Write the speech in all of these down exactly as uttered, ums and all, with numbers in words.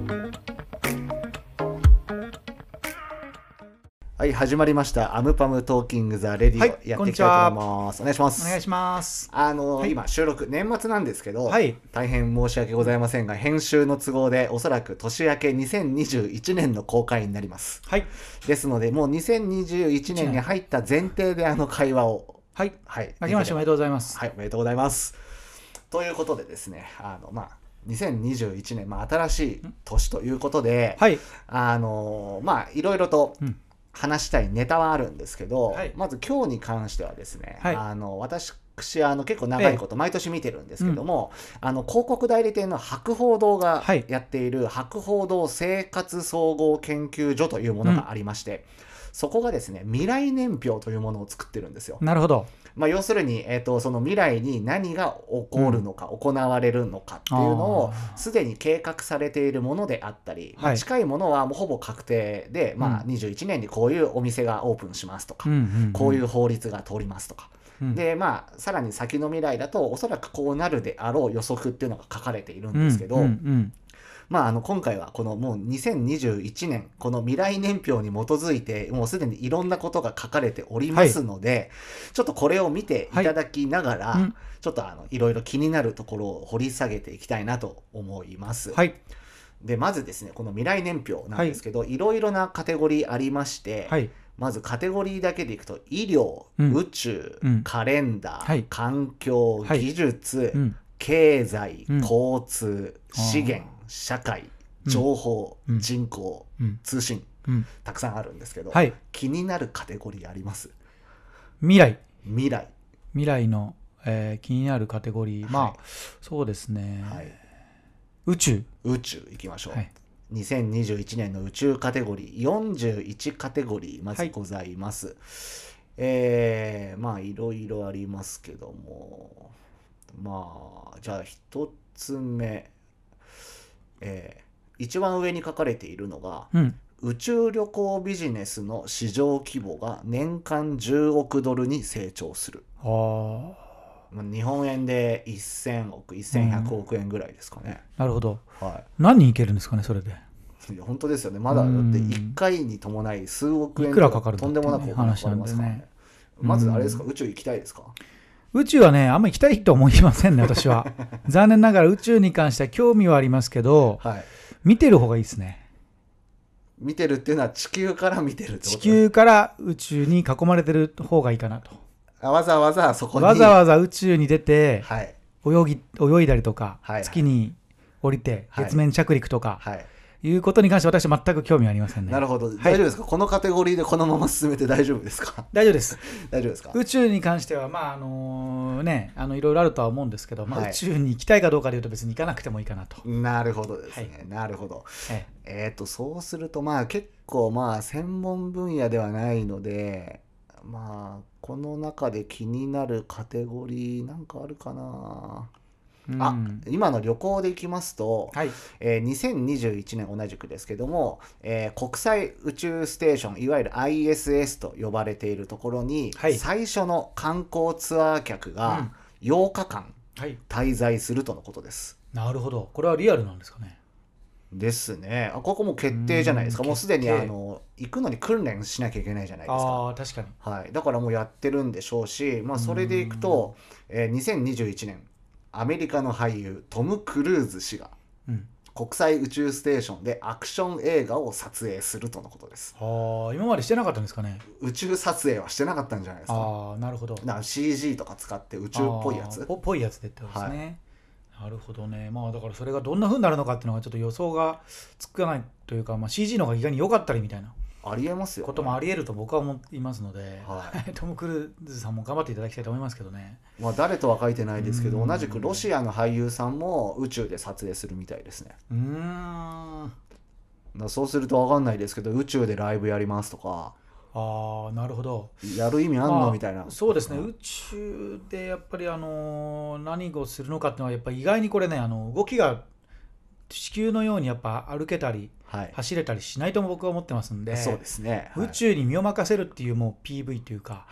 はい、始まりましたアムパムトーキングザレディオ、 はい、 やっていきたいと思います。お願いします。 お願いします。 あの、 はい、 今収録年末なんですけど、 はい、 大変申し訳ございませんが、編集の都合でおそらく年明けにせんにじゅういちねんの公開になります。 はい、 ですのでもうにせんにじゅういちねんに入った前提であの会話を、 はい、 はい、 明けましておめでとうございます。 はい、おめでとうございます。ということでですね、あのまあにせんにじゅういちねん、まあ、新しい年ということで、 はい、 あのまあいろいろと、うん話したいネタはあるんですけど、はい、まず今日に関してはですね、はい、あの私あの結構長いこと毎年見てるんですけども、ええうん、あの広告代理店の博報堂がやっている博報堂生活総合研究所というものがありまして、うん、そこがですね未来年表というものを作ってるんですよ。 なるほど。 まあ、要するに、えーと、その未来に何が起こるのか、うん、行われるのかっていうのをすでに計画されているものであったり、まあ、近いものはもうほぼ確定で、まあ、にじゅういちねんにこういうお店がオープンしますとか、うんうんうん、こういう法律が通りますとか、うん、でまあさらに先の未来だとおそらくこうなるであろう予測っていうのが書かれているんですけど、うんうんうんまあ、あの今回はこのもうにせんにじゅういちねんこの未来年表に基づいてもうすでにいろんなことが書かれておりますので、はい、ちょっとこれを見ていただきながら、はい、ちょっとあのいろいろ気になるところを掘り下げていきたいなと思います。はい、でまずですねこの未来年表なんですけど、はい、いろいろなカテゴリーありまして、はい、まずカテゴリーだけでいくと医療、うん、宇宙、うん、カレンダー、はい、環境、はい、技術、うん、経済、うん、交通、資源社会、情報、うん、人口、うん、通信、うん、たくさんあるんですけど、はい、気になるカテゴリーあります？ 未来未来未来の、えー、気になるカテゴリー、はい、まあそうですね、はい、宇宙宇宙いきましょう、はい、にせんにじゅういちねんの宇宙カテゴリーよんじゅういちカテゴリーまずございます、はい、えー、まあいろいろありますけどもまあじゃあ一つ目えー、一番上に書かれているのが、うん、宇宙旅行ビジネスの市場規模が年間じゅうおくドルに成長する。あ日本円でせんおくせんひゃくおく円ぐらいですかね、 うん、なるほど、はい、何人いけるんですかねそれで。 いや本当ですよねまだだっていっかいに伴い数億円いくらかかるとんでもなくお金かかりますからね。まずあれですか宇宙行きたいですか？ 宇宙はねあんまり行きたいと思いませんね私は残念ながら宇宙に関しては興味はありますけど、はい、見てる方がいいですね。 見てるっていうのは地球から見てるってこと？ 地球から宇宙に囲まれてる方がいいかなと。 わざわざそこにわざわざ宇宙に出て、 はい、 泳ぎ泳いだりとか、はいはい、月に降りて月面着陸とか、はいはいいうことに関して私は全く興味ありませんね。 なるほど、はい、大丈夫ですかこのカテゴリーでこのまま進めて大丈夫ですか？ 大丈夫です大丈夫ですか？ 宇宙に関してはまああのねあのいろいろあるとは思うんですけど、まあ、宇宙に行きたいかどうかでいうと別に行かなくてもいいかなと。 なるほどですね、はい、なるほど、はい、えっとそうするとまあ結構まあ専門分野ではないのでまあこの中で気になるカテゴリーなんかあるかな。あ今の旅行でいきますと、はいえー、にせんにじゅういちねん同じくですけども、えー、国際宇宙ステーションいわゆる アイエスエス と呼ばれているところに、はい、最初の観光ツアー客がようかかん滞在するとのことです、 うんはい、なるほどこれはリアルなんですかね。 ですねあここも決定じゃないですか。もうすでにあの行くのに訓練しなきゃいけないじゃないですか。 あ確かに、 はい、だからもうやってるんでしょうし、まあ、それでいくと、えー、にせんにじゅういちねんアメリカの俳優トム・クルーズ氏が国際宇宙ステーションでアクション映画を撮影するとのことです。 あ今までしてなかったんですかね。 宇宙撮影はしてなかったんじゃないですか。 あなるほど。 だから シージー とか使って宇宙っぽいやつぽぽいやつでってことですね、はい、なるほどね。まあだからそれがどんな風になるのかっていうのがちょっと予想がつかないというか、まあ、シージー の方が意外に良かったりみたいなありえますよ、ね、 こともありえると僕は思いますので、はい、トム・クルーズさんも頑張っていただきたいと思いますけどね。 まあ、誰とは書いてないですけど同じくロシアの俳優さんも宇宙で撮影するみたいですね。うーんだそうすると分かんないですけど宇宙でライブやりますとかあなるほどやる意味あんの、まあ、みたいな。 そうですね宇宙でやっぱりあの何をするのかっていうのはやっぱり意外にこれねあの動きが地球のようにやっぱ歩けたり、はい、走れたりしないとも僕は思ってますんで。 そうですね、 はい、宇宙に身を任せるっていうもう ピーブイ というか、はい、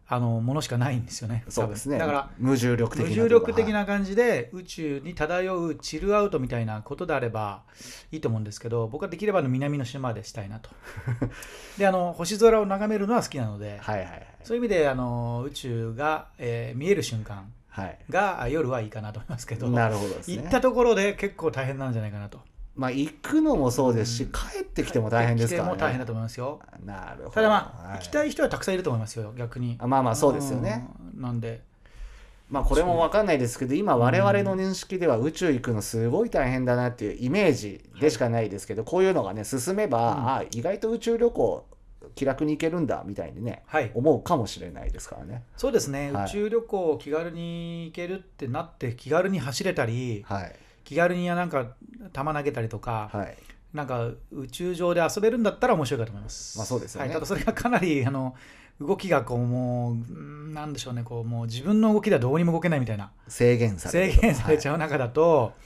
あのものしかないんですよね。 そうですね。 だから無重力的な無重力的な感じで宇宙に漂うチルアウトみたいなことであればいいと思うんですけど、僕はできればの南の島でしたいなと。であの星空を眺めるのは好きなので、 はいはいはい、 そういう意味であの宇宙が、えー見える瞬間が、はい、夜はいいかなと思いますけど、 なるほどですね、 行ったところで結構大変なんじゃないかなと。 まあ、行くのもそうですし、うん、帰ってきても大変ですからね。 帰ってきても大変だと思いますよ。 なるほど。 ただまあ、はい、行きたい人はたくさんいると思いますよ、逆に。 まあまあそうですよね。 なんでまあこれも分かんないですけど、今我々の認識では宇宙行くのすごい大変だなっていうイメージでしかないですけど、はい、こういうのがね進めば、うん、あ意外と宇宙旅行気楽に行けるんだみたいにね、はい、思うかもしれないですからね。 そうですね、はい、宇宙旅行気軽に行けるってなって気軽に走れたり、はい、気軽になんか球投げたりとか、はい、なんか宇宙上で遊べるんだったら面白いかと思います。 まあそうですよね。 はい、ただそれがかなりあの動きがこうもうなんでしょうね、こうもう自分の動きではどうにも動けないみたいな制限され制限されちゃう中だと、はい、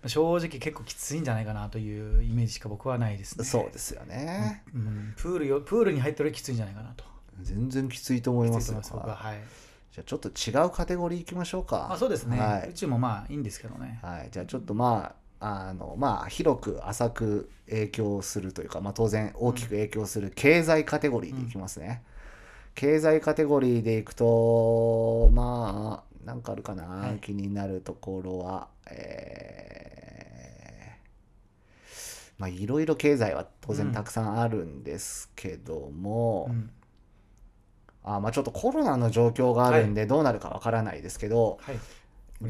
正直結構きついんじゃないかなというイメージしか僕はないですね。 そうですよね、 うん、プールよプールに入ってるよりきついんじゃないかなと。 全然きついと思いますよ。 きついと思います僕は。はい。 じゃあちょっと違うカテゴリーいきましょうか。 あ、そうですね、 はい、 宇宙もまあいいんですけどね。 はい、じゃあちょっとまああのまあ広く浅く影響するというか、まあ、当然大きく影響する経済カテゴリーでいきますね、うんうん、経済カテゴリーでいくとまあなんかあるかな、はい、気になるところはえー、まあいろいろ経済は当然たくさんあるんですけども、うん、あまあちょっとコロナの状況があるんでどうなるかわからないですけど、はいはい、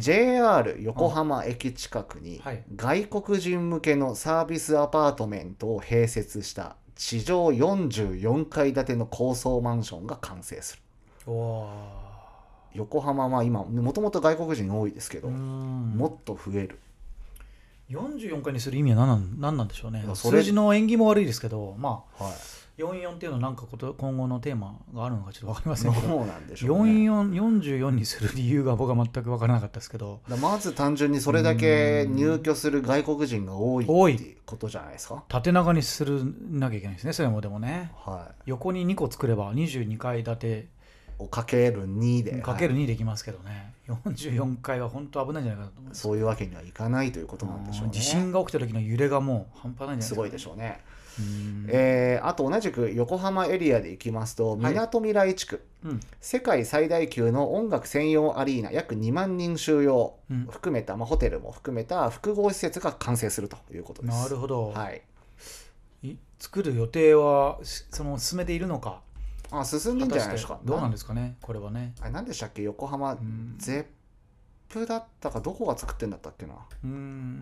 ジェイアール 横浜駅近くに外国人向けのサービスアパートメントを併設した地上よんじゅうよんかい建ての高層マンションが完成する。お横浜は今もともと外国人多いですけどもっと増える。 よんじゅうよんかいにする意味は何なん、何なんでしょうね。数字の縁起も悪いですけど、まあ、はい、よんじゅうよんっていうのは何かこと今後のテーマがあるのかちょっと分かりませんけど、 そうなんでしょうね、 よんじゅうよん、よんじゅうよんにする理由が僕は全く分からなかったですけど、 まず単純にそれだけ入居する外国人が多いっていうことじゃないですか。 縦長にするなきゃいけないですね。それもでもね、はい、横ににこ作ればにじゅうにかい建てをかけるにでかけるにできますけどね、はい、よんじゅうよんかいは本当危ないんじゃないかなと思います。 そういうわけにはいかないということなんでしょうね。 地震が起きた時の揺れがもう半端ないんじゃないですか、ね、 すごいでしょうね。えー、あと同じく横浜エリアでいきますとみなとみらい地区、はい、うん、世界最大級の音楽専用アリーナ約にまんにん収容含めた、うん、まあ、ホテルも含めた複合施設が完成するということです。 なるほど、 はい、 い作る予定はその進めているのか。 あ進んでんじゃないですか。 どうなんですかねこれはね。 あれ何でしたっけ、横浜、うん、ゼップだったかどこが作ってんだったっけな。うん、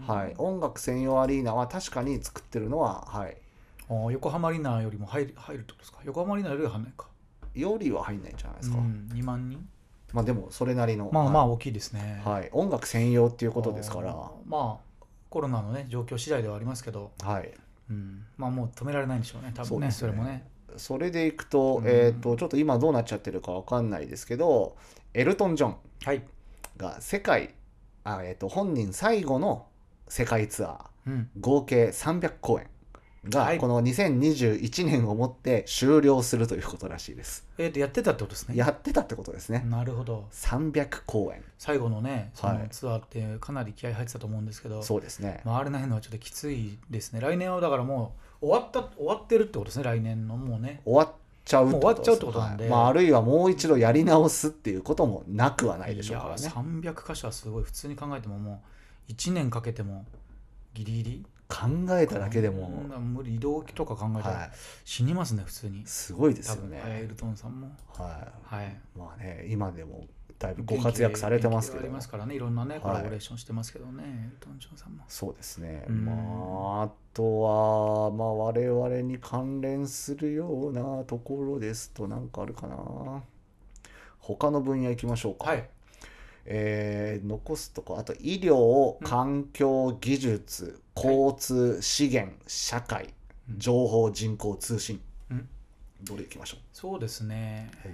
はい、音楽専用アリーナは確かに作ってるのは、はい、 あ横浜アリーナよりも入る、入るってことですか。横浜アリーナよりは入んないか。 よりは入んないんじゃないですか。うん、 にまんにん。 まあでもそれなりのまあまあ大きいですね。 はい、音楽専用っていうことですから、 まあコロナのね状況次第ではありますけど、はい、うん、まあもう止められないんでしょうね多分 ね, そ, ねそれもね。 それでいくと、うん、えーとちょっと今どうなっちゃってるかわかんないですけど、エルトン・ジョンが世界、あ、えーと本人最後の世界ツアー、うん、合計さんびゃくこうえんがこのにせんにじゅういちねんをもって終了するということらしいです。 えーとやってたってことですね。 やってたってことですね。 なるほど。 さんびゃくこうえん。 最後のねそのツアーってかなり気合入ってたと思うんですけど、はい、 そうですね。 回れないのはちょっときついですね。来年はだからもう終わった終わってるってことですね。来年のもうね終わっちゃうってことです。 もう終わっちゃうってことなんで、 はい、まあ、あるいはもう一度やり直すっていうこともなくはないでしょうからね。 いやさんびゃくかしょはすごい。普通に考えてももういちねんかけてもギリギリ考えただけでも無理、移動とか考えたら死にますね、はい、普通に。 すごいですよね。 多分エルトンさんも、 はいはい、まあね今でもだいぶご活躍されてますけど、 ありますからね、いろんなねコラボレーションしてますけどね、はい、エルトン・ジョンさんも。 そうですね。まああとはまあ我々に関連するようなところですと何かあるかな。他の分野行きましょうか。はい。えー、残すとこあと医療、環境、技術、うん、交通、資源、社会、情報、人口、通信、うん、どれいきましょう。 そうですね、はい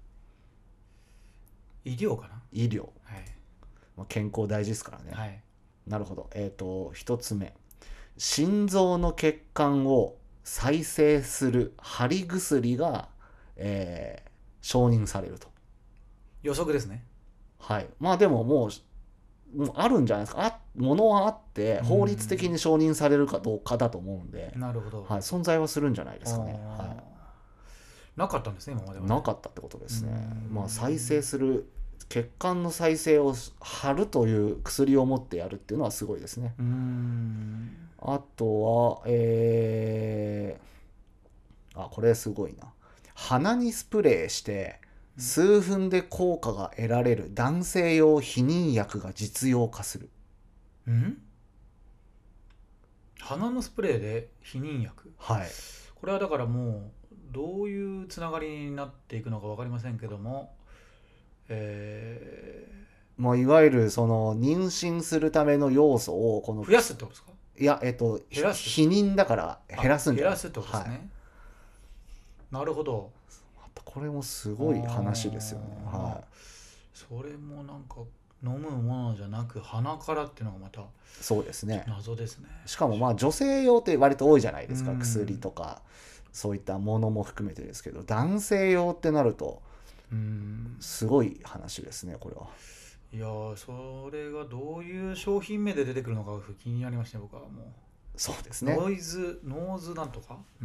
、医療かな。 医療、はい、まあ、健康大事ですからね、はい、なるほど。えっとひとつめ、心臓の血管を再生する貼り薬が、えー、承認されると。 予測ですね。 はい、まあでももう、もうあるんじゃないですか。あ、ものはあって法律的に承認されるかどうかだと思うんで、 なるほど、 はい、存在はするんじゃないですかね。はい、 なかったんですね今までは、ね、 なかったってことですね。まあ再生する、血管の再生を貼るという薬を持ってやるっていうのはすごいですね。 うーん、 あとはえー、あこれすごいな。鼻にスプレーして数分で効果が得られる男性用避妊薬が実用化する。 ん？鼻のスプレーで避妊薬？ はい。 これはだからもうどういうつながりになっていくのか分かりませんけども、えー、もういわゆるその妊娠するための要素をこの増やすってことですか？ いや、えっと、 減らす避妊だから減らすんじゃないですか？減らすってことですね。はい、なるほど。 これもすごい話ですよね。はい。 それもなんか飲むものじゃなく鼻からっていうのがまたそうですね。 謎ですね。 しかもまあ女性用って割と多いじゃないですか、薬とかそういったものも含めてですけど、男性用ってなるとすごい話ですねこれは。 いやー、それがどういう商品名で出てくるのか気になりましたね僕は。もうそうですね。 ノイズノーズなんとか、うん、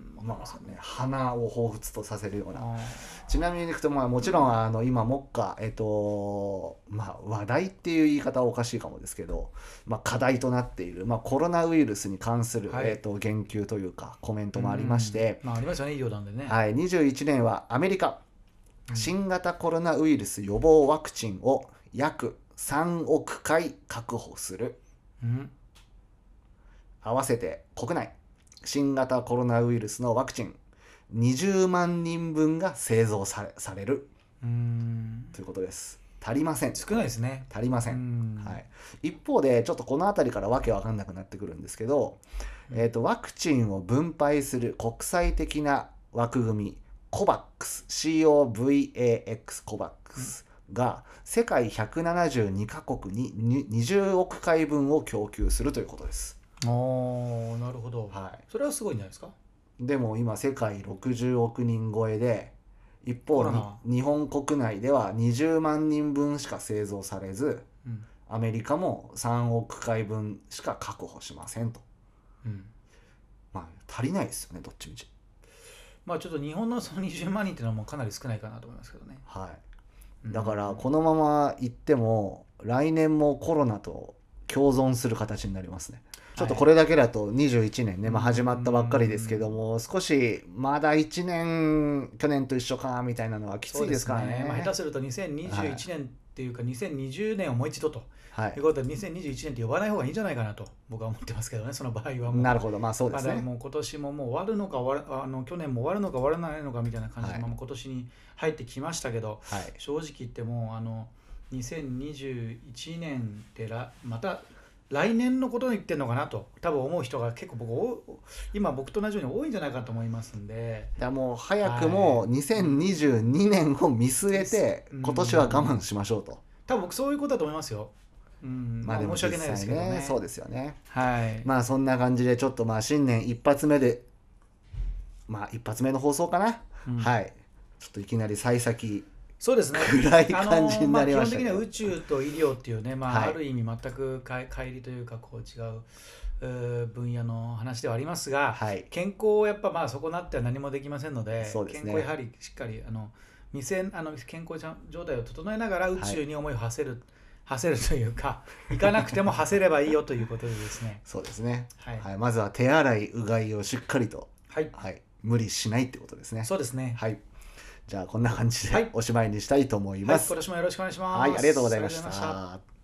まあね、鼻を彷彿とさせるような。ちなみにいくと、まあもちろんあの今目下えっとまあ話題っていう言い方はおかしいかもですけど、まあ課題となっているまあコロナウイルスに関する、はい、えっと言及というかコメントもありまして、 まあありますよね、医療なんでね。 はい、にじゅういちねんはアメリカ、うん、新型コロナウイルス予防ワクチンを約さんおくかい確保する。うん、合わせて国内新型コロナウイルスのワクチンにじゅうまんにんぶんが製造さ れ, されるうーんということです。足りません。 少ないですね。 足りません。はい、一方でちょっとこの辺りからわけわかんなくなってくるんですけど、うんえー、とワクチンを分配する国際的な枠組み コバックス シーオーブイエーエックス コバックスが世界ひゃくななじゅうにかこくににじゅうおくかいぶんを供給するということです。 あー、なるほど。はい、それはすごいんじゃないですか。 でも今世界ろくじゅうおくにん超えで、一方に日本国内ではにじゅうまんにんぶんしか製造されず、うん、アメリカもさんおくかいぶんしか確保しませんと、うん、まあ足りないですよね、どっちみち。 まあちょっと日本のそのにじゅうまんにんっていうのはもうかなり少ないかなと思いますけどね。 はい、だからこのままいっても来年もコロナと共存する形になりますね。ちょっとこれだけだとにじゅういちねんね、まあ、始まったばっかりですけども、少しまだいちねん去年と一緒かみたいなのはきついですからね。 ね、まあ、下手するとにせんにじゅういちねんっていうかにせんにじゅうねんをもう一度と、はい、いうことでにせんにじゅういちねんって呼ばない方がいいんじゃないかなと僕は思ってますけどね、その場合はもう。 なるほど、まあそうですね。 まだもう今年ももう終わるのか終わるあの去年も終わるのか終わらないのかみたいな感じで、はい、まあ今年に入ってきましたけど、はい、正直言ってもうあのにせんにじゅういちねんってらまた来年のことを言ってるのかなと多分思う人が結構僕今僕と同じように多いんじゃないかと思いますんで、 いやもう早くもにせんにじゅうにねんを見据えて今年は我慢しましょうと。 多分僕そういうことだと思いますよ。うん、まあでも申し訳ないですけどね。 そうですよね。 はい。 まあそんな感じでちょっとまあ新年一発目でまあ一発目の放送かな、うん、はい。ちょっといきなり幸先そうですね、 暗い感じになりましたけど、 まあ、基本的には宇宙と医療っていうね、まあ、はい、ある意味全く乖離というかこう違う分野の話ではありますが、はい、健康をやっぱまあ損なっては何もできませんの で, そうですね、健康やはりしっかりあの未然あの健康状態を整えながら宇宙に思いを馳せる、はい、馳せるというか行かなくても馳せればいいよということでですねそうですね、はいはい、まずは手洗いうがいをしっかりと、はいはい、無理しないってことですね。 そうですね、 はい。じゃあこんな感じでおしまいにしたいと思います。 はい、今年もよろしくお願いします。 はい、ありがとうございました。